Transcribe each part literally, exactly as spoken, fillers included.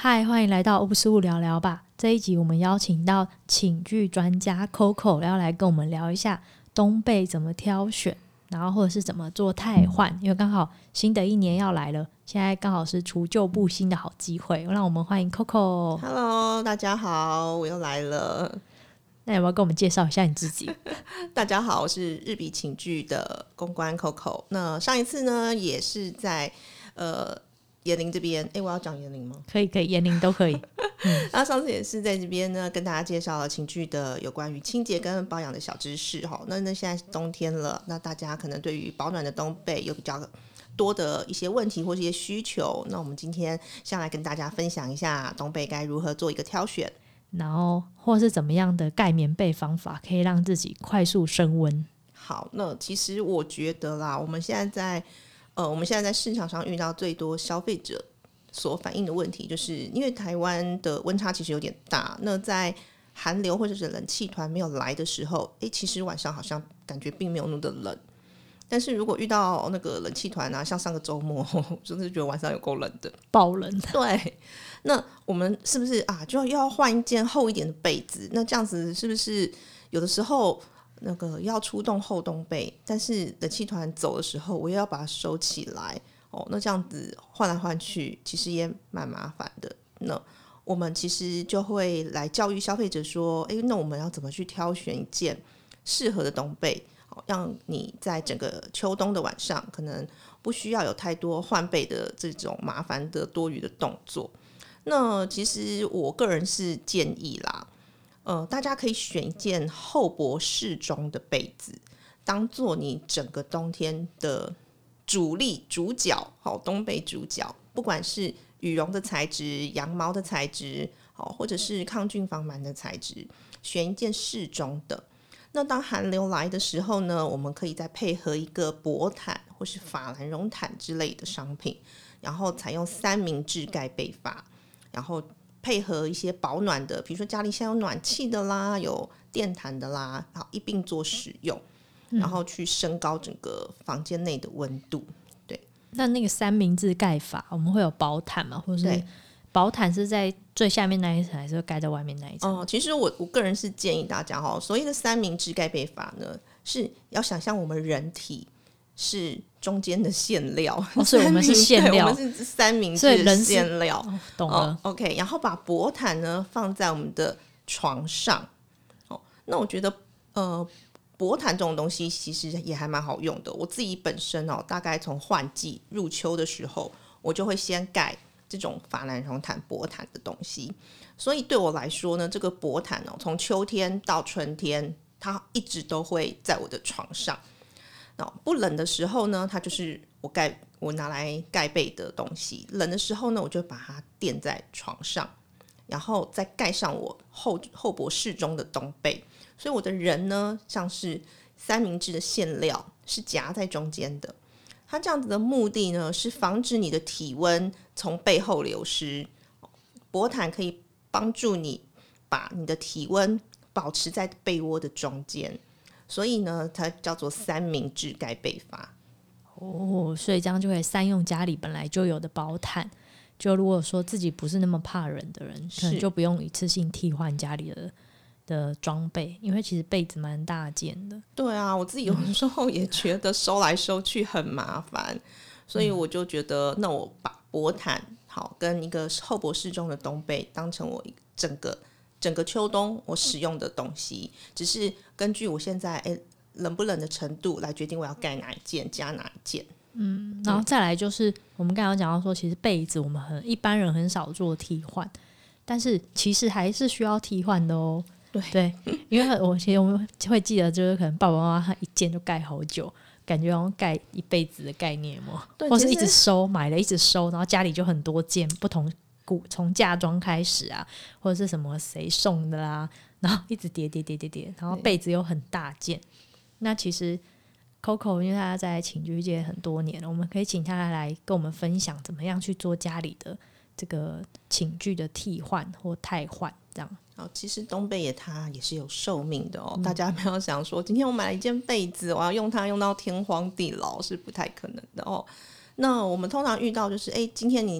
嗨，欢迎来到五十五聊聊吧。这一集我们邀请到寝具专家 Coco 要来跟我们聊一下冬被怎么挑选，然后或者是怎么做汰换，因为刚好新的一年要来了，现在刚好是除旧布新的好机会，让我们欢迎 Coco。 Hello， 大家好，我又来了。 那有没有跟我们介绍一下你自己？ 大家好，我是日比寝具的公关 Coco。那上一次呢，也是在呃延龄这边，哎，我要讲延龄吗？ 可以，可以，延龄都可以。 嗯，那上次也是在这边呢，跟大家介绍了寝具的有关于清洁跟保养的小知识哈。那那现在是冬天了，那大家可能对于保暖的冬被有比较多的一些问题或是一些需求，那我们今天先来跟大家分享一下冬被该如何做一个挑选， 然后或是怎么样的盖棉被方法可以让自己快速升温。 好，那其实我觉得啦，我们现在在呃，我们现在在市场上遇到最多消费者所反映的问题，就是因为台湾的温差其实有点大，那在寒流或者是冷气团没有来的时候，诶，其实晚上好像感觉并没有那么的冷。但是如果遇到那个冷气团啊，像上个周末，我真的觉得晚上有够冷的， 爆冷。 对，那我们是不是啊，就要换一件厚一点的被子？那这样子是不是有的时候那个要出动厚冬被，但是冷气团走的时候，我又要把它收起来哦？那这样子换来换去，其实也蛮麻烦的。那我们其实就会来教育消费者说，哎，那我们要怎么去挑选一件适合的冬被？让你在整个秋冬的晚上可能不需要有太多换被的这种麻烦的多余的动作。那其实我个人是建议啦，呃，大家可以选一件厚薄适中的被子，当做你整个冬天的主力主角，好，冬被主角，不管是羽绒的材质、羊毛的材质，好，或者是抗菌防螨的材质，选一件适中的。那当寒流来的时候呢，我们可以再配合一个薄毯或是法兰绒毯之类的商品，然后采用三明治盖被法，然后配合一些保暖的，比如说家里现在有暖气的啦，有电毯的啦，然后一并做使用，然后去升高整个房间内的温度。对， 那那个三明治盖法，我们会有薄毯嘛，或是薄毯是在最下面那一层，还是盖在外面那一层？ 哦、呃，其实我我个人是建议大家哈，所谓的三明治盖被法呢，是要想象我们人体是中间的馅料， 哦，所以我们是馅料， 我们是三明治的馅料， 哦、懂了、 哦。OK， 然后把薄毯呢放在我们的床上。哦，那我觉得呃，薄毯这种东西其实也还蛮好用的。我自己本身哦，大概从换季入秋的时候，我就会先盖这种法兰绒毯、薄毯的东西，所以对我来说呢，这个薄毯哦，从秋天到春天，它一直都会在我的床上。那不冷的时候呢，它就是我盖我拿来盖被的东西；冷的时候呢，我就把它垫在床上，然后再盖上我厚厚薄适中的冬被。所以我的人呢，像是三明治的馅料，是夹在中间的。它这样子的目的呢，是防止你的体温从背后流失。薄毯可以帮助你把你的体温保持在被窝的中间，所以呢，它叫做三明治盖被法。 哦，所以这样就可以善用家里本来就有的薄毯。就如果说自己不是那么怕冷的人，可能就不用一次性替换家里的的装备，因为其实被子蛮大件的。 对啊，我自己有的时候也觉得收来收去很麻烦，所以我就觉得那我把薄毯好跟一个厚薄适中的冬被当成我整个整个秋冬我使用的东西，只是根据我现在诶冷不冷的程度来决定我要盖哪一件加哪一件。 嗯，然后再来就是我们刚刚讲到说，其实被子我们很一般人很少做替换，但是其实还是需要替换的哦。 对对，因为我其实我们会记得，就是可能爸爸妈妈他一件就盖好久，感觉好像盖一辈子的概念嘛，或是一直收买了一直收，然后家里就很多件不同，从嫁妆开始啊，或者是什么谁送的啦，然后一直叠叠叠叠叠，然后被子又很大件。那其实 Coco 因为他在寝具界很多年了，我们可以请他来跟我们分享怎么样去做家里的这个寝具的替换或汰换这样。 好，其实冬被也它也是有寿命的哦、嗯、大家不要想说今天我买了一件被子我要用它用到天荒地老，是不太可能的哦。那我们通常遇到就是哎，今天你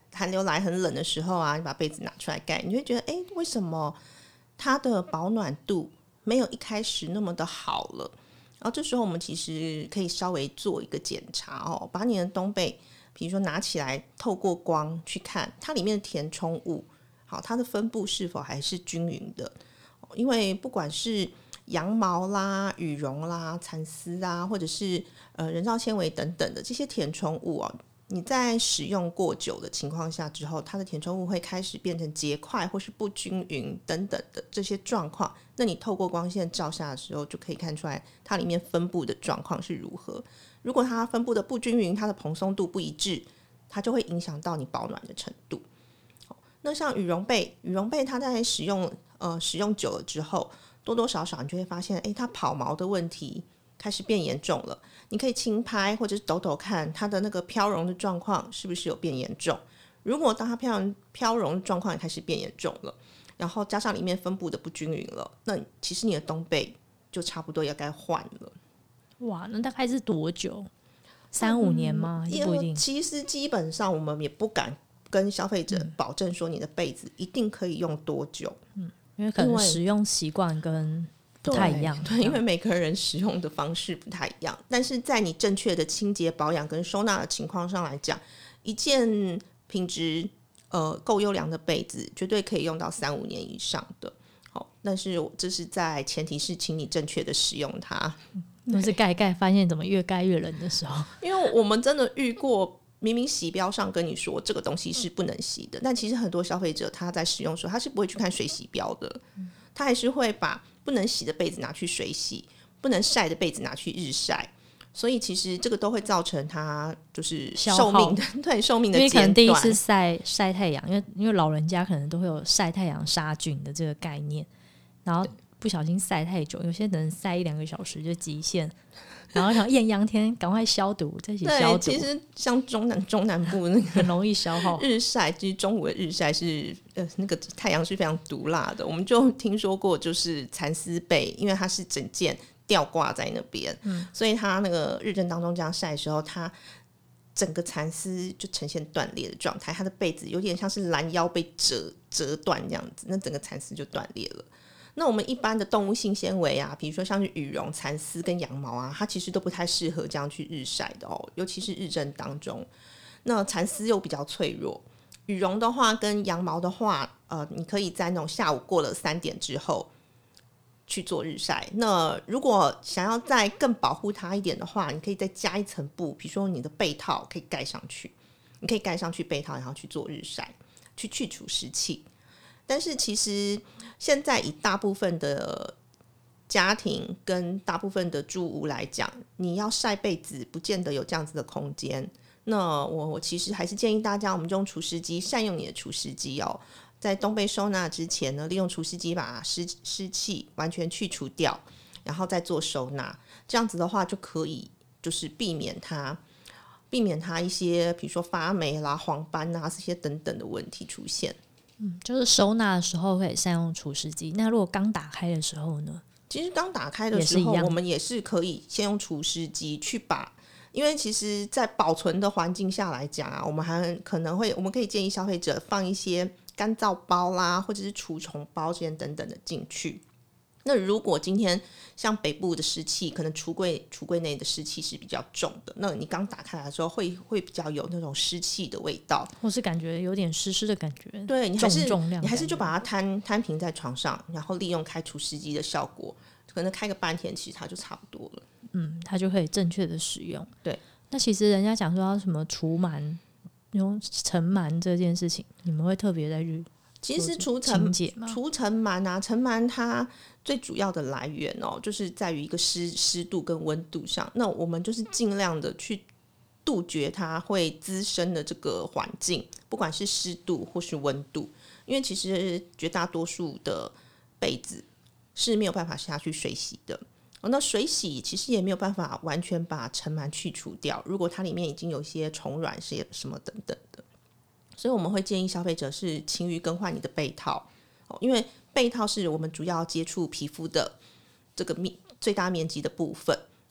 寒流来很冷的时候啊，你把被子拿出来盖，你会觉得哎，为什么它的保暖度没有一开始那么的好了？然后这时候我们其实可以稍微做一个检查哦，把你的冬被比如说拿起来透过光去看它里面的填充物，好，它的分布是否还是均匀的。因为不管是羊毛啦、羽绒啦、蚕丝啊，或者是呃人造纤维等等的这些填充物哦，你在使用过久的情况下之后，它的填充物会开始变成结块或是不均匀等等的这些状况，那你透过光线照下的时候，就可以看出来它里面分布的状况是如何。如果它分布的不均匀，它的蓬松度不一致，它就会影响到你保暖的程度。那像羽绒被，羽绒被它在使用呃使用久了之后，多多少少你就会发现，哎，它跑毛的问题开始变严重了。你可以轻拍或者是抖抖看它的那个飘绒的状况是不是有变严重。如果当它飘飘绒的状况也开始变严重了，然后加上里面分布的不均匀了，那其实你的冬被就差不多要该换了。 哇，那大概是多久？三五年吗？还是不一定？ 其实基本上我们也不敢跟消费者保证说你的被子一定可以用多久， 嗯，因为可能使用习惯跟不太一样。 对, 对，因为每个人使用的方式不太一样，但是在你正确的清洁保养跟收纳的情况上来讲，一件品质呃够优良的被子绝对可以用到三五年以上的。好，但是这是在前提是请你正确的使用它。 都是盖盖发现怎么越盖越冷的时候， 因为我们真的遇过明明洗标上跟你说这个东西是不能洗的，但其实很多消费者他在使用的时候他是不会去看水洗标的，他还是会把不能洗的被子拿去水洗，不能晒的被子拿去日晒，所以其实这个都会造成他就是寿命的对寿命的间断。 因为可能第一次晒晒太阳，因为因为老人家可能都会有晒太阳杀菌的这个概念，然后不小心晒太久，有些人晒一两个小时就极限，然后想艳阳天赶快消毒，再一起消毒。 对，其实像中南中南部那个很容易消耗日晒，其实中午的日晒是呃那个太阳是非常毒辣的。我们就听说过，就是蚕丝被，因为它是整件吊挂在那边、嗯，所以它那个日正当中这样晒的时候，它整个蚕丝就呈现断裂的状态，它的被子有点像是拦腰被折折断这样子，那整个蚕丝就断裂了。那我们一般的动物性纤维啊，比如说像是羽绒、蚕丝跟羊毛啊，它其实都不太适合这样去日晒的哦，尤其是日正当中。那蚕丝又比较脆弱，羽绒的话跟羊毛的话，呃，你可以在那种下午过了三点之后去做日晒。那如果想要再更保护它一点的话，你可以再加一层布，比如说你的被套可以盖上去，你可以盖上去被套，然后去做日晒，去去除湿气。但是其实现在以大部分的家庭跟大部分的住屋来讲，你要晒被子不见得有这样子的空间。那我我其实还是建议大家，我们就用除湿机，善用你的除湿机哦。在冬被收纳之前呢，利用除湿机把湿湿气完全去除掉，然后再做收纳。这样子的话，就可以就是避免它避免它一些比如说发霉啦、黄斑啊这些等等的问题出现。 嗯，就是收纳的时候可以善用除湿机。那如果刚打开的时候呢？ 其实刚打开的时候，我们也是可以先用除湿机去把，因为其实在保存的环境下来讲啊，我们还可能会，我们可以建议消费者放一些干燥包啦，或者是除虫包这些等等的进去。那如果今天像北部的湿气，可能橱柜橱柜内的湿气是比较重的，那你刚打开来的时候会会比较有那种湿气的味道， 或是感觉有点湿湿的感觉。 对，你还是重重量， 你还是就把它摊摊平在床上，然后利用开除湿机的效果，可能开个半天，其实它就差不多了。 嗯，它就可以正确的使用。 对， 那其实人家讲说要什么除螨、用尘螨这件事情，你们会特别在去。 其实除尘除尘螨啊，尘螨它最主要的来源哦，就是在于一个湿湿度跟温度上。那我们就是尽量的去杜绝它会滋生的这个环境，不管是湿度或是温度，因为其实绝大多数的被子是没有办法下去水洗的。那水洗其实也没有办法完全把尘螨去除掉，如果它里面已经有一些虫卵是什么等等的。所以我们会建议消费者是勤于更换你的被套，因为被套是我们主要接触皮肤的这个最大面积的部分，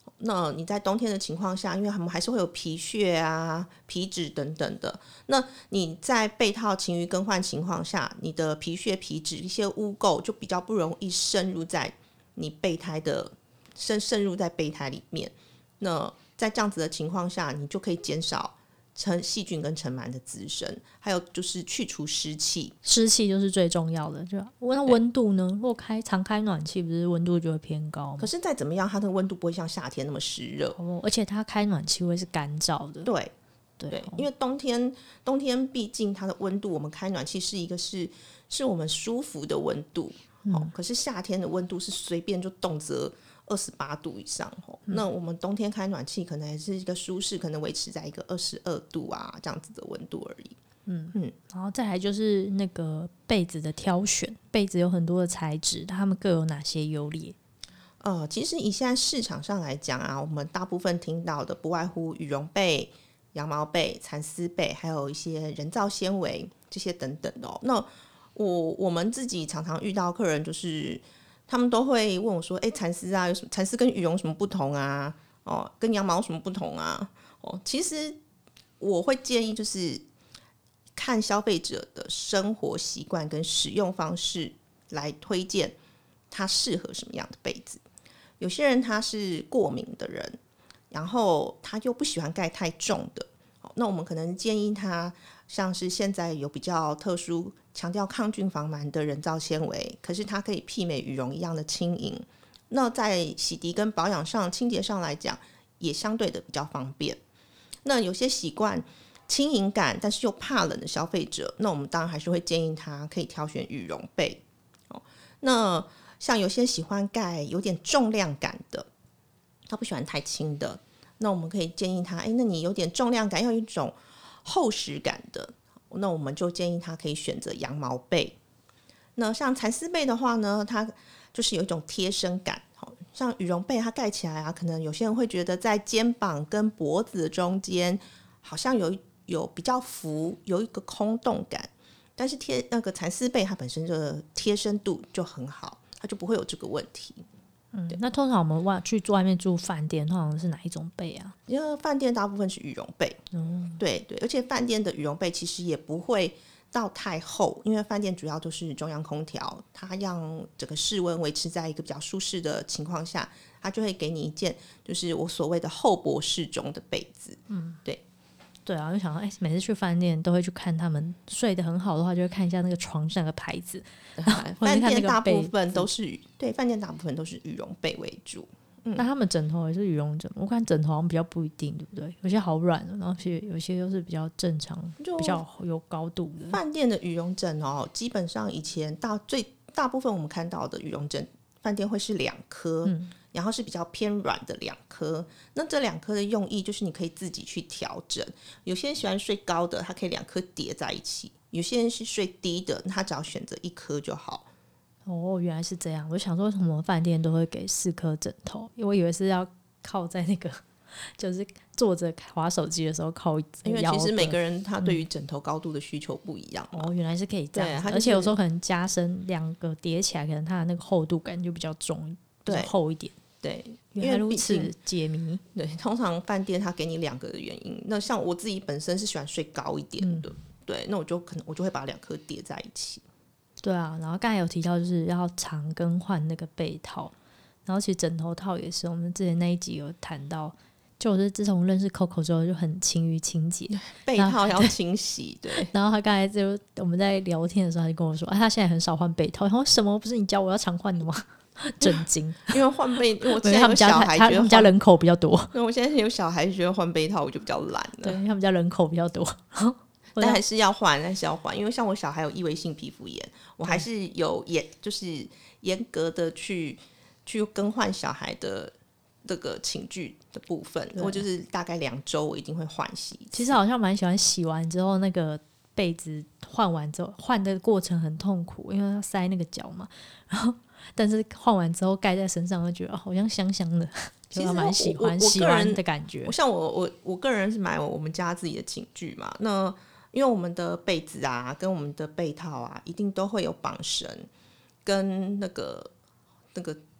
那你在冬天的情况下，因为他们还是会有皮屑啊、皮脂等等的，那你在被套勤于更换情况下，你的皮屑、皮脂一些污垢就比较不容易渗入在你备胎的渗渗入在备胎里面。那在这样子的情况下，你就可以减少尘细菌跟尘螨的滋生，还有就是去除湿气。 湿气就是最重要的。就那温度呢？如果开常开暖气，不是温度就会偏高吗？ 可是再怎么样，它的温度不会像夏天那么湿热、 哦，而且它开暖气会是干燥的。 对对对，因为冬天冬天毕竟它的温度，我们开暖气是一个是是我们舒服的温度、嗯哦、可是夏天的温度是随便就动辄二十八度以上、哦嗯、那我们冬天开暖气可能还是一个舒适，可能维持在一个二十二度啊这样子的温度而已。 嗯嗯，然后再来就是那个被子的挑选，被子有很多的材质，它们各有哪些优劣？ 呃，其实以现在市场上来讲啊，我们大部分听到的不外乎羽绒被、羊毛被、蚕丝被，还有一些人造纤维这些等等的、哦、那我我们自己常常遇到客人，就是他们都会问我说：“哎，蚕丝啊，有什么蚕丝跟羽绒什么不同啊？哦，跟羊毛有什么不同啊？”哦，其实我会建议就是看消费者的生活习惯跟使用方式来推荐他适合什么样的被子。有些人他是过敏的人，然后他又不喜欢盖太重的，那我们可能建议他像是现在有比较特殊强调抗菌防螨的人造纤维，可是它可以媲美羽绒一样的轻盈，那在洗涤跟保养上清洁上来讲也相对的比较方便。那有些习惯轻盈感但是又怕冷的消费者，那我们当然还是会建议他可以挑选羽绒被。那像有些喜欢盖有点重量感的，他不喜欢太轻的，那我们可以建议他，哎，那你有点重量感，要有一种厚实感的，那我们就建议他可以选择羊毛被。那像蚕丝被的话呢，它就是有一种贴身感，像羽绒被它盖起来啊，可能有些人会觉得在肩膀跟脖子中间好像有有比较浮，有一个空洞感，但是贴那个蚕丝被它本身的贴身度就很好，它就不会有这个问题。 嗯，那通常我们外去住外面住饭店，通常是哪一种被啊？ 因为饭店大部分是羽绒被、嗯、对对，而且饭店的羽绒被其实也不会到太厚，因为饭店主要就是中央空调，它让整个室温维持在一个比较舒适的情况下，它就会给你一件就是我所谓的厚薄适中的被子。嗯，对对啊，就想到哎，每次去饭店都会去看他们睡得很好的话，就会看一下那个床上的牌子。 饭店大部分都是对，饭店大部分都是羽绒被为主。 嗯、那他们枕头也是羽绒枕，我看枕头好像比较不一定，对不对？有些好软的，然后有些又是比较正常，比较有高度的。 饭店的羽绒枕哦，基本上以前大最大部分我们看到的羽绒枕，饭店会是两颗、嗯，然后是比较偏软的两颗。那这两颗的用意就是你可以自己去调整，有些人喜欢睡高的，它可以两颗叠在一起；有些人是睡低的，他只要选择一颗就好。 哦，原来是这样。我想说为什么饭店都会给四颗枕头，因为我以为是要靠在那个就是坐着滑手机的时候靠， 因为其实每个人他对于枕头高度的需求不一样、 嗯、哦，原来是可以这样子、就是、而且有时候可能加深两个叠起来，可能它的那个厚度感就比较重，比较厚一点。 对， 原来如此解谜。 对，通常饭店他给你两个的原因，那像我自己本身是喜欢睡高一点的、嗯、对，那我就可能我就会把两颗叠在一起。 对啊，然后刚才有提到就是要常更换那个被套，然后其实枕头套也是，我们之前那一集有谈到，就是自从认识 Coco 之后就很勤于清洁， 被套要清洗。对， 然后他刚才就我们在聊天的时候，他就跟我说，啊，他现在很少换被套。然后什么不是你教我要常换的吗？震惊！ 因为换被，因为我现在有小孩， 他们家人口比较多， 因为我现在有小孩，觉得换被套我就比较懒了。 对，他们家人口比较多。 但还是要换，还是要换，因为像我小孩有异位性皮肤炎，我还是有严，就是严格的去去更换小孩的这个寝具的部分，我就是大概两周我一定会换洗一次。 其实好像蛮喜欢洗完之后那个被子换完之后换的过程很痛苦，因为要塞那个脚嘛，然后但是换完之后盖在身上就觉得、哦、好像香香的，其实蛮喜欢洗完的感觉。 像我我我个人是买我们家自己的寝具嘛，那因为我们的被子啊跟我们的被套啊一定都会有绑绳跟那个那个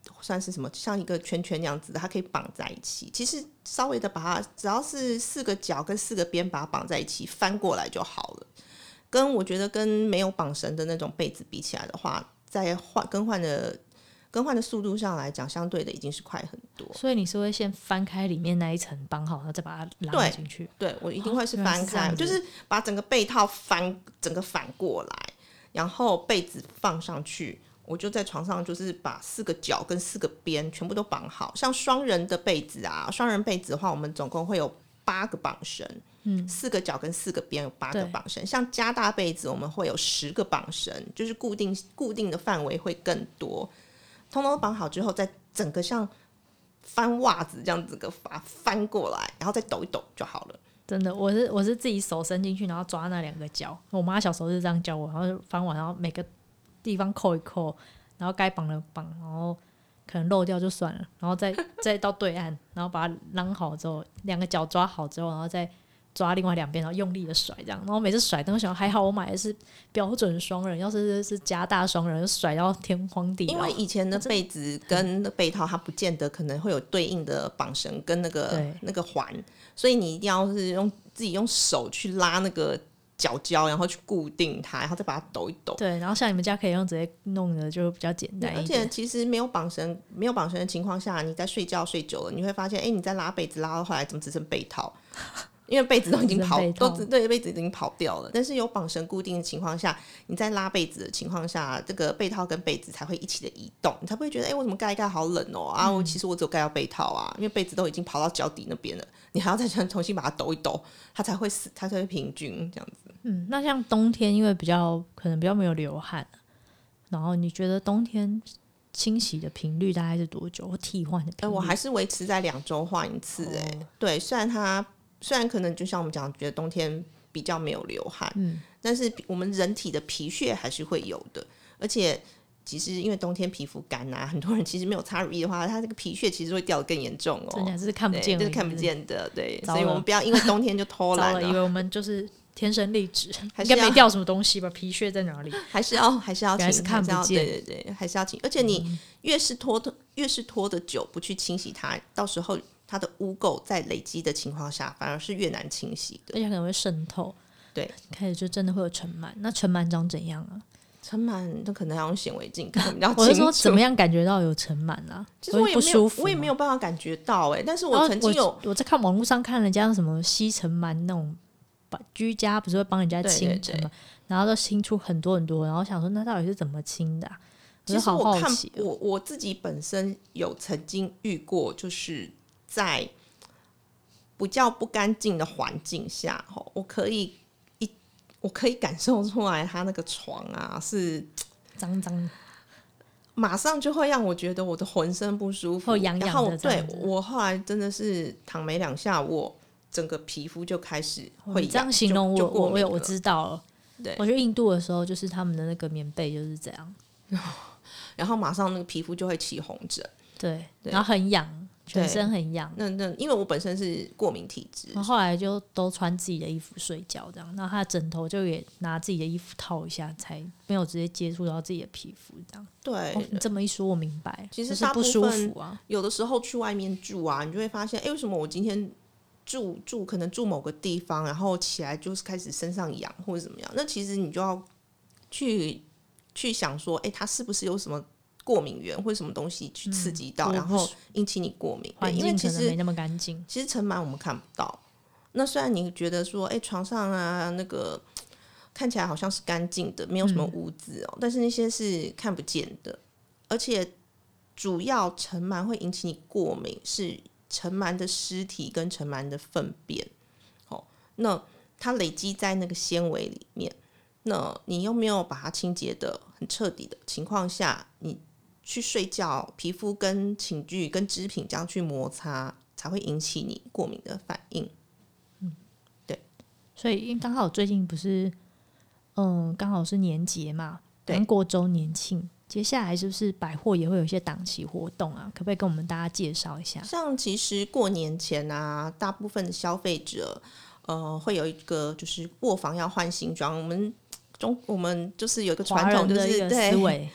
算是什么，像一个圈圈那样子的，它可以绑在一起。其实稍微的把它，只要是四个角跟四个边把它绑在一起，翻过来就好了。跟我觉得跟没有绑绳的那种被子比起来的话，在换更换的更换的速度上来讲，相对的已经是快很多。 所以你是会先翻开里面那一层绑好，然后再把它拉进去？ 对，对我一定会是翻开，哦、是就是把整个被套翻整个反过来，然后被子放上去。我就在床上，就是把四个角跟四个边全部都绑好。像双人的被子啊，双人被子的话，我们总共会有八个绑绳，嗯，四个角跟四个边有八个绑绳。像加大被子，我们会有十个绑绳，就是固定固定的范围会更多。通通绑好之后，再整个像翻袜子这样子个把它翻过来，然后再抖一抖就好了。 真的，我是我是自己手伸进去，然后抓那两个角。我妈小时候是这样教我，然后翻完，然后每个地方扣一扣，然后该绑的绑，然后可能漏掉就算了，然后再再到对岸，然后把它拉好之后，两个角抓好之后，然后再抓另外两边，然后用力的甩这样。然后每次甩都想还好我买的是标准双人，要是是加大双人就甩到天荒地老。 因为以前的被子跟被套它不见得可能会有对应的绑绳跟那个那个环，所以你一定要是用自己用手去拉那个角胶，然后去固定它，然后再把它抖一抖。 对，然后像你们家可以用直接弄的就比较简单一点。 而且其实没有绑绳没有绑绳的情况下，你在睡觉睡久了，你会发现哎，你在拉被子拉到后来怎么只剩被套，因为被子都已经跑都对被子已经跑掉了。但是有绑绳固定的情况下，你在拉被子的情况下，这个被套跟被子才会一起的移动，你才不会觉得哎，我怎么盖一盖好冷哦啊！我、嗯、其实我只有盖到被套啊，因为被子都已经跑到脚底那边了，你还要再重新把它抖一抖，它才会死，它才会平均这样子。 嗯，那像冬天因为比较可能比较没有流汗，然后你觉得冬天清洗的频率大概是多久，或替换的频率？ 呃、我还是维持在两周换一次、欸哦、对，虽然它虽然可能就像我们讲觉得冬天比较没有流汗、嗯、但是我们人体的皮屑还是会有的，而且其实因为冬天皮肤干啊，很多人其实没有擦乳液的话，它这个皮屑其实会掉得更严重哦， 真的是看不见， 就是看不见的。对，所以我们不要因为冬天就偷懒了， 以为我们就是天生丽质，应该没掉什么东西吧？皮屑在哪里？ 还是要还是要清， 是看不见， 对对对，还是要清。而且你越是拖的、嗯、越是拖的久，不去清洗它，到时候它的污垢在累积的情况下，反而是越难清洗的， 而且可能会渗透。 对， 开始就真的会有尘螨。那尘螨长怎样啊？ 尘螨那可能要用显微镜看比较清楚。 我是说怎么样感觉到有尘螨啊？ 其实我也没有，我也没有办法感觉到哎、欸。但是我曾经有我, 我在看网络上看人家什么吸尘螨那种，居家不是会帮人家清尘螨，然后都清出很多很多，然后想说那到底是怎么清的、啊？ 其实我看好好奇、 哦、我我自己本身有曾经遇过，就是在比较不干净的环境下，我可以一我可以感受出来，它那个床啊是脏脏的， 马上就会让我觉得我的浑身不舒服， 痒痒的。 然后对我后来真的是躺没两下，我整个皮肤就开始会痒。 你这样形容我，我我我知道了。 对， 我去印度的时候，就是他们的那个棉被就是这样， 然后马上那个皮肤就会起红疹， 对，对，然后很痒。全身很痒， 那那因为我本身是过敏体质， 然后后来就都穿自己的衣服睡觉，这样，然后他的枕头就也拿自己的衣服套一下，才没有直接接触到自己的皮肤，这样。 对、 哦，你这么一说，我明白， 其实大部分不舒服啊。 有的时候去外面住啊，你就会发现，哎，为什么我今天住住可能住某个地方，然后起来就是开始身上痒或者怎么样？那其实你就要去去想说，哎，它是不是有什么过敏源或者什么东西去刺激到、嗯、然后引起你过敏， 环境可能没那么干净。 其实尘螨我们看不到，那虽然你觉得说哎，床上啊那个看起来好像是干净的，没有什么污渍哦、嗯，但是那些是看不见的。而且主要尘螨会引起你过敏是尘螨的尸体跟尘螨的粪便、哦、那它累积在那个纤维里面，那你又没有把它清洁的很彻底的情况下，你去睡觉，皮肤跟寝具跟织品这样去摩擦，才会引起你过敏的反应。嗯，对。 所以刚好最近不是，嗯，刚好是年节嘛，刚过周年庆，接下来是不是百货也会有一些档期活动啊？可不可以跟我们大家介绍一下？ 像其实过年前啊，大部分的消费者，呃，会有一个就是卧房要换新装，我们中我们就是有一个传统，就是对。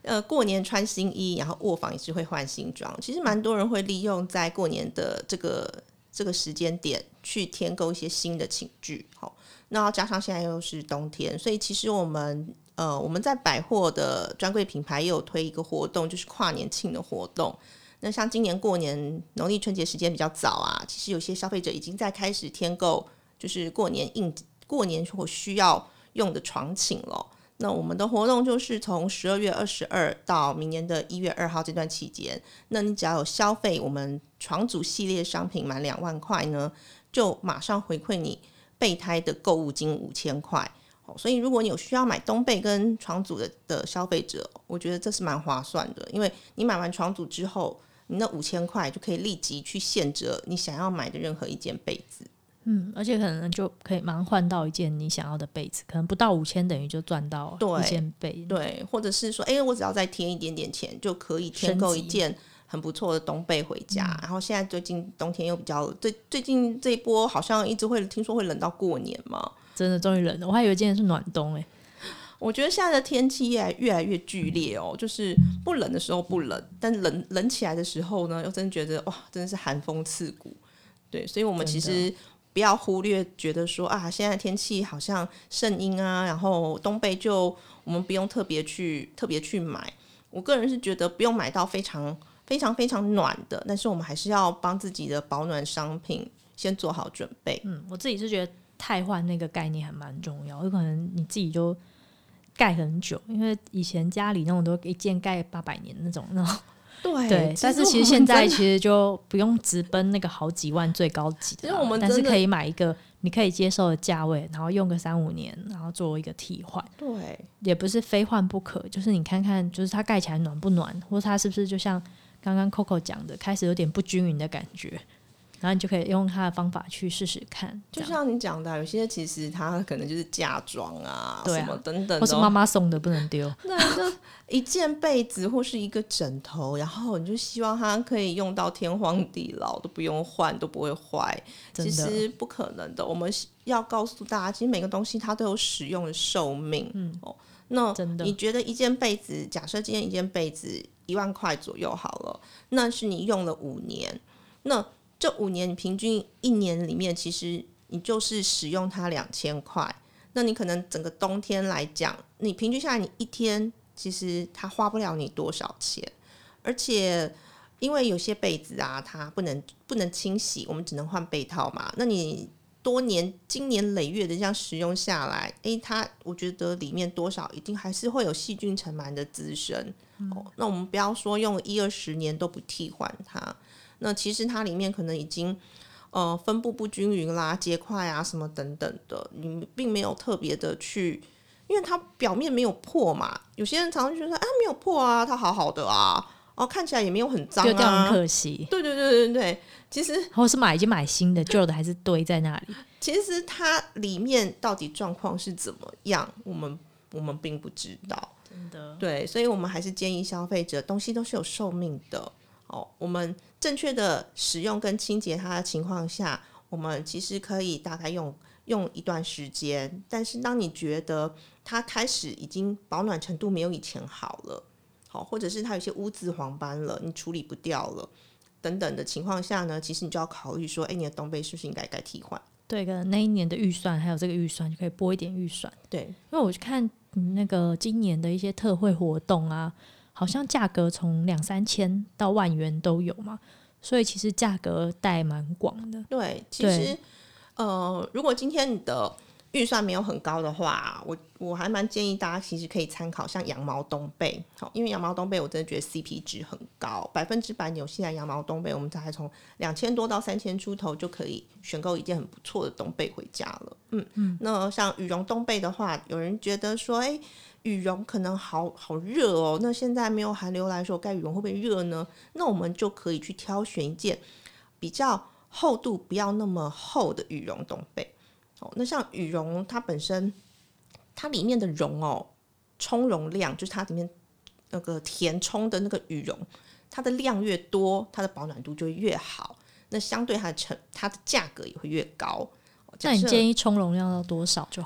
呃，过年穿新衣，然后卧房也是会换新装。其实蛮多人会利用在过年的这个这个时间点去添购一些新的寝具。好，那加上现在又是冬天，所以其实我们呃我们在百货的专柜品牌也有推一个活动，就是跨年庆的活动。那像今年过年农历春节时间比较早啊，其实有些消费者已经在开始添购，就是过年应过年所需要用的床寝了。那我们的活动就是从十二月二十二到明年的一月二号这段期间，那你只要有消费我们床组系列商品满两万块呢，就马上回馈你备胎的购物金五千块。所以如果你有需要买冬被跟床组 的, 的消费者，我觉得这是蛮划算的，因为你买完床组之后，你那五千块就可以立即去现折你想要买的任何一件被子。 嗯，而且可能就可以马上换到一件你想要的被子，可能不到五千等于就赚到一件被子。 对，或者是说，哎，我只要再添一点点钱，就可以添购一件很不错的冬被回家。嗯、然后现在最近冬天又比较最最近这一波好像一直会听说会冷到过年嘛， 真的终于冷了，我还以为今天是暖冬哎、欸。 我觉得现在的天气越来越来越剧烈哦，就是不冷的时候不冷，但冷冷起来的时候呢，又真的觉得哇，真的是寒风刺骨。对，所以我们其实不要忽略，觉得说啊，现在天气好像圣婴啊，然后冬被就我们不用特别去特别去买。我个人是觉得不用买到非常非常非常暖的，但是我们还是要帮自己的保暖商品先做好准备。 嗯，我自己是觉得汰换那个概念还蛮重要，有可能你自己就盖很久，因为以前家里那种都一件盖八百年那种那种。 对, 对，但是其实现在其实就不用直奔那个好几万最高级的，我们但是可以买一个你可以接受的价位，然后用个三五年，然后做一个替换。 对， 也不是非换不可，就是你看看，就是它盖起来暖不暖，或者它是不是就像刚刚 Coco 讲的，开始有点不均匀的感觉。然后你就可以用它的方法去试试看， 就像你讲的，有些其实它可能就是嫁妆 啊, 啊什么等等， 或是妈妈送的不能丢。 对，就一件被子或是一个枕头，然后你就希望它可以用到天荒地老，都不用换，都不会坏。其实不可能的，我们要告诉大家，其实每个东西它都有使用的寿命。嗯，哦，那你觉得一件被子，假设今天一件被子一万块左右好了，那是你用了五年，那这五年你平均一年里面，其实你就是使用它两千块。那你可能整个冬天来讲，你平均下来，你一天其实它花不了你多少钱。而且因为有些被子啊，它不能不能清洗，我们只能换被套嘛。那你多年经年累月的这样使用下来，诶，它我觉得里面多少一定还是会有细菌尘螨的滋生。嗯哦，那我们不要说用一二十年都不替换它。那其实它里面可能已经呃分布不均匀啦、结块啊什么等等的，你并没有特别的去，因为它表面没有破嘛。有些人常常就说啊没有破啊，它好好的啊，哦看起来也没有很脏啊， 丢掉很可惜。 对对对对对，其实或是买已经买新的，旧的还是堆在那里。 其实它里面到底状况是怎么样，我们我们并不知道， 真的。对， 所以我们还是建议消费者，东西都是有寿命的。哦，我们正确的使用跟清洁它的情况下，我们其实可以大概用用一段时间。但是当你觉得它开始已经保暖程度没有以前好了，好，或者是它有些污渍黄斑了，你处理不掉了等等的情况下呢，其实你就要考虑说，哎，你的冬被是不是应该该替换？ 对，跟那一年的预算还有这个预算就可以拨一点预算。对，因为我去看那个今年的一些特惠活动啊，好像价格从两三千到万元都有嘛，所以其实价格带蛮广的。 对，其实呃，如果今天你的预算没有很高的话，我我还蛮建议大家其实可以参考像羊毛冬被，好，因为羊毛冬被我真的觉得 C P 值很高，百分之百纽西兰羊毛冬被，我们大概从两千多到三千出头就可以选购一件很不错的冬被回家了。嗯嗯，那像羽绒冬被的话，有人觉得说，哎，羽绒可能好好热哦，那现在没有寒流来的时候盖羽绒会不会热呢？那我们就可以去挑选一件比较厚度不要那么厚的羽绒冬被。哦，那像羽绒它本身它里面的绒哦，充绒量就是它里面那个填充的那个羽绒，它的量越多，它的保暖度就会越好，那相对它的成它的价格也会越高。 那你建议充绒量要多少就好？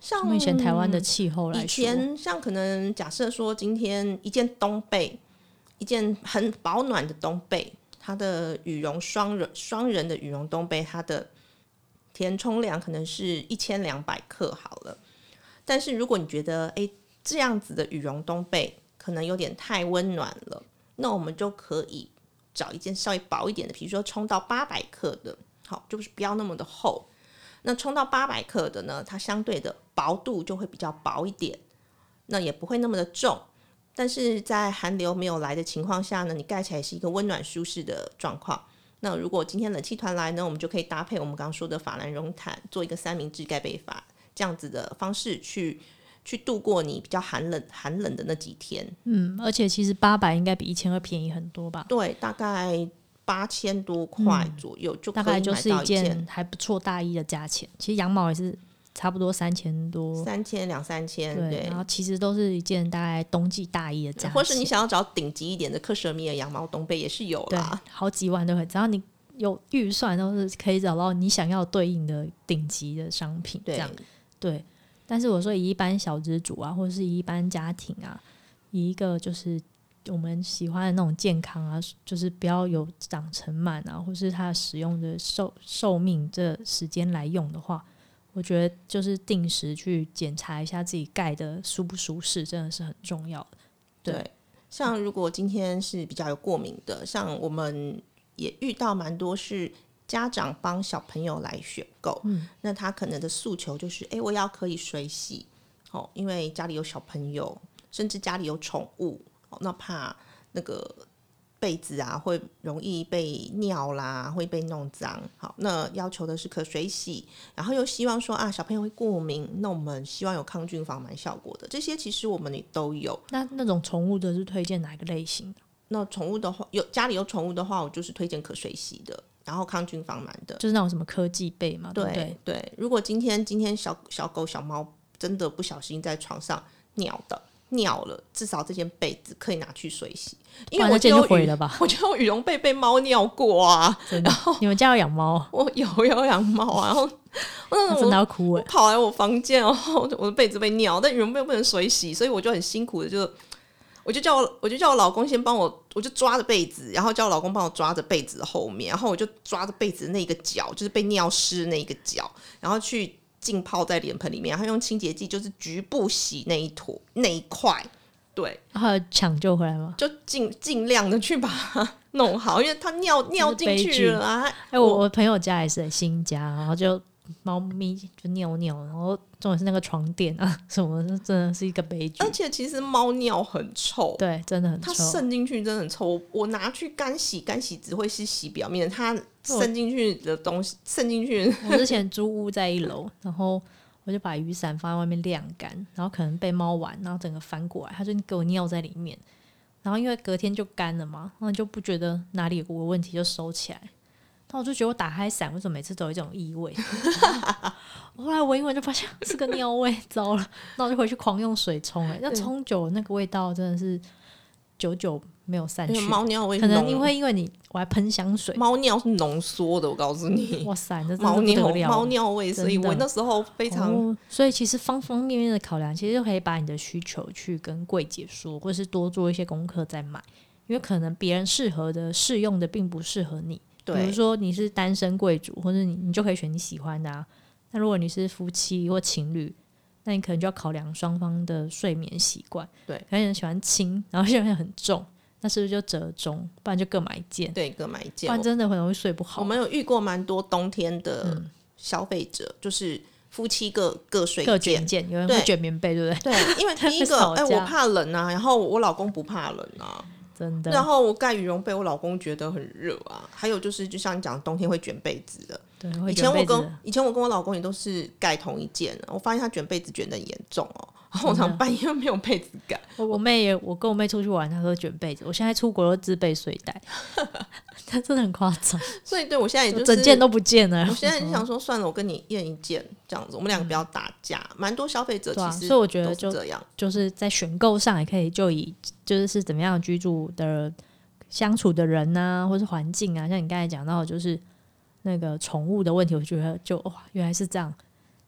像目前台湾的气候来说， 以前像可能假设说今天一件冬被，一件很保暖的冬被，它的羽绒双人双人的羽绒冬被，它的填充量可能是一千两百克好了。但是如果你觉得哎这样子的羽绒冬被可能有点太温暖了，那我们就可以找一件稍微薄一点的，比如说冲到八百克的，好，就是不要那么的厚。那冲到八百克的呢，它相对的薄度就会比较薄一点，那也不会那么的重。但是在寒流没有来的情况下呢，你盖起来是一个温暖舒适的状况。那如果今天冷气团来呢，我们就可以搭配我们刚刚说的法兰绒毯，做一个三明治盖被法，这样子的方式去去度过你比较寒冷寒冷的那几天。 嗯，而且其实八百应该比一千二便宜很多吧？ 对，大概八千多块左右、嗯、就可以买到一件，大概就是一件还不错大衣的价钱。其实羊毛也是差不多三千多， 三千两三千， 对, 对，然后其实都是一件大概冬季大衣的价钱， 或是你想要找顶级一点的克什米尔羊毛冬被也是有啦， 对，好几万都可以，只要你有预算都是可以找到你想要对应的顶级的商品，这样 对, 对。但是我说以一般小资主啊，或者是以一般家庭啊，以一个就是我们喜欢的那种健康啊，就是不要有长尘螨啊，或是它使用的寿寿命这时间来用的话，我觉得就是定时去检查一下自己盖的舒不舒适，真的是很重要的。 对, 对，像如果今天是比较有过敏的，像我们也遇到蛮多是家长帮小朋友来选购、嗯、那他可能的诉求就是哎，我要可以水洗、哦、因为家里有小朋友，甚至家里有宠物、哦、那怕那个被子啊会容易被尿啦，会被弄脏，好，那要求的是可水洗，然后又希望说啊小朋友会过敏，那我们希望有抗菌防螨效果的，这些其实我们也都有。 那那种宠物的是推荐哪个类型的？ 那宠物的话，有家里有宠物的话，我就是推荐可水洗的，然后抗菌防螨的， 就是那种什么科技被嘛，对不对？对，如果今天今天小小狗小猫真的不小心在床上尿的尿了，至少这件被子可以拿去水洗，因为我就毁了吧？ 我就有羽绒被被猫尿过啊！ 真的？你们家有养猫？ 我有有养猫啊，然后我真的要哭哎！ 我跑来我房间，然后我的被子被尿，但羽绒被不能水洗，所以我就很辛苦的就。我就叫我我就叫我老公先帮我，我就抓着被子，然后叫我老公帮我抓着被子的后面，然后我就抓着被子的那个角，就是被尿湿的那个角，然后去浸泡在脸盆里面，然后用清洁剂就是局部洗那一坨那一块，对， 然后抢救回来吗？ 就尽尽量的去把它弄好，因为它尿尿进去了啊！ 哎，我我朋友家也是新家，然后就猫咪就尿尿，然后重点是那个床垫啊什么的，真的是一个悲剧。 而且其实猫尿很臭， 对，真的很臭， 它渗进去真的很臭。我拿去干洗，干洗只会是洗表面，它渗进去的东西渗进去。 我之前租屋在一楼，然后我就把雨伞放在外面晾干，然后可能被猫玩，然后整个翻过来，它就给我尿在里面。然后因为隔天就干了嘛，然后就不觉得哪里有个问题就收起来。但我就觉得我打开伞为什么每次都有一种异味后来闻一闻就发现是个尿味，糟了，那我就回去狂用水冲、欸、那冲久那个味道真的是久久没有散去。 猫尿味可能因为因为你我还喷香水， 猫尿是浓缩的，我告诉你， 哇塞，这真的不得了， 猫尿味，所以我那时候非常、哦、 所以其实方方面面的考量，其实就可以把你的需求去跟柜姐说，或是多做一些功课再买，因为可能别人适合的适用的并不适合你。比如说你是单身贵族，或者 你, 你就可以选你喜欢的啊。那如果你是夫妻或情侣，那你可能就要考量双方的睡眠习惯。 对， 可能有人喜欢轻，然后有人很重，那是不是就折中？不然就各买一件。 对，各买一件， 不然真的很容易睡不好。 我们有遇过蛮多冬天的消费者，嗯、就是夫妻各各睡一件， 各卷一件，有人会卷棉被，对不对？ 对，因为第一个，哎、欸，我怕冷啊，然后我老公不怕冷啊。 真的， 然后我盖羽绒被，我老公觉得很热啊。还有就是，就像你讲，冬天会卷被子的。 对， 以前我跟以前我跟我老公也都是盖同一件的，我发现他卷被子卷得很严重哦。然后我常半夜没有被子盖。 我我妹也，我跟我妹出去玩，她说卷被子。我现在出国都自备睡袋，她真的很夸张。 所以对我现在也就是整件都不见了。 我现在就想说，算了，我跟你一人一件这样子，我们两个不要打架。蛮、嗯、多消费者其实、啊、 所以我觉得就这样， 就是在选购上也可以就以就是是怎么样居住的。相处的人啊，或是环境啊，像你刚才讲到的就是那个宠物的问题，我觉得就哇，原来是这样，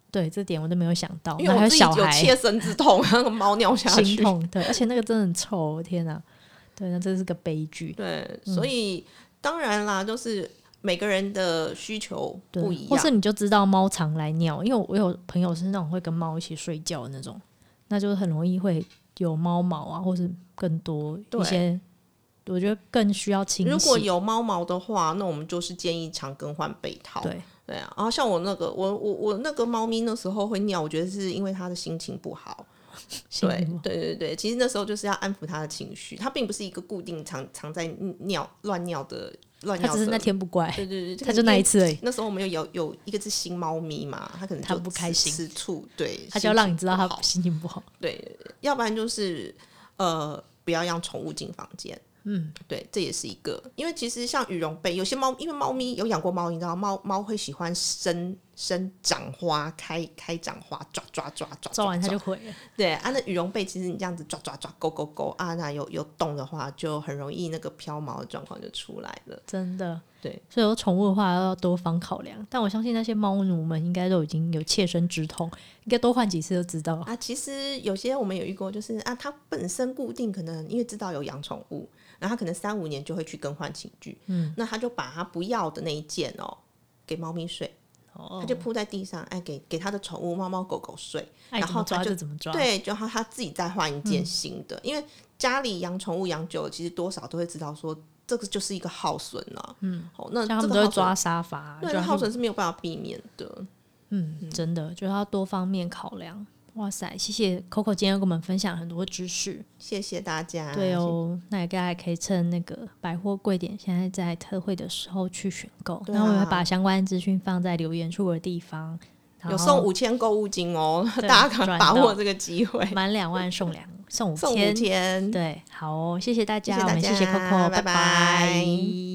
对，这点我都没有想到， 因为我自己有切身之痛，那个猫尿下去心痛，对，而且那个真的很臭，天哪，对，那这是个悲剧。 对，所以、嗯、当然啦，就是每个人的需求不一样， 或是你就知道猫常来尿，因为我有朋友是那种会跟猫一起睡觉的那种，那就很容易会有猫毛啊，或是更多一些，我觉得更需要清洗。 如果有猫毛的话，那我们就是建议常更换被套。 对对啊，然后像我那个我我我那个猫咪那时候会尿，我觉得是因为它的心情不好。对对对对，其实那时候就是要安抚它的情绪，它并不是一个固定常常在尿乱尿的乱尿的， 它只是那天不乖。 对对对， 它就那一次而已。 那时候我们有有有一个是新猫咪嘛，它可能就它不开心吃醋，对， 它就要让你知道它心情不好。 对，要不然就是呃不要让宠物进房间。嗯，对，这也是一个，因为其实像羽绒被，有些猫，因为猫咪有养过猫，你知道猫猫会喜欢生生长花，开开长花，抓抓抓抓， 抓完它就毁了。 对啊，那羽绒被其实你这样子抓抓抓，勾勾勾啊，那有有动的话，就很容易那个飘毛的状况就出来了。 真的， 对， 所以有宠物的话要多方考量。但我相信那些猫奴们应该都已经有切身之痛，应该多换几次就知道啊。其实有些我们有遇过，就是啊，它本身固定可能因为知道有养宠物。然后他可能三五年就会去更换寝具，嗯，那他就把他不要的那一件哦给猫咪睡，哦，他就铺在地上，哎，给给他的宠物猫猫狗狗睡， 然后他就就怎么抓， 对，就他自己再换一件新的，嗯、因为家里养宠物养久了，其实多少都会知道说这个就是一个耗损啊， 嗯， 哦，那像他们都会抓沙发， 对，耗损是没有办法避免的， 嗯，嗯真的就是要多方面考量。哇塞，谢谢 Coco 今天跟我们分享很多知识， 谢谢大家。 对哦，那大家可以趁那个百货柜点现在在特惠的时候去选购，那、啊、我们会把相关资讯放在留言处的地方， 有送五千购物金哦，大家赶快把握这个机会， 满两万送两送五千，送五千， 对，好哦，谢谢大家， 谢谢大家， 我们谢谢 Coco， 拜拜。 拜拜。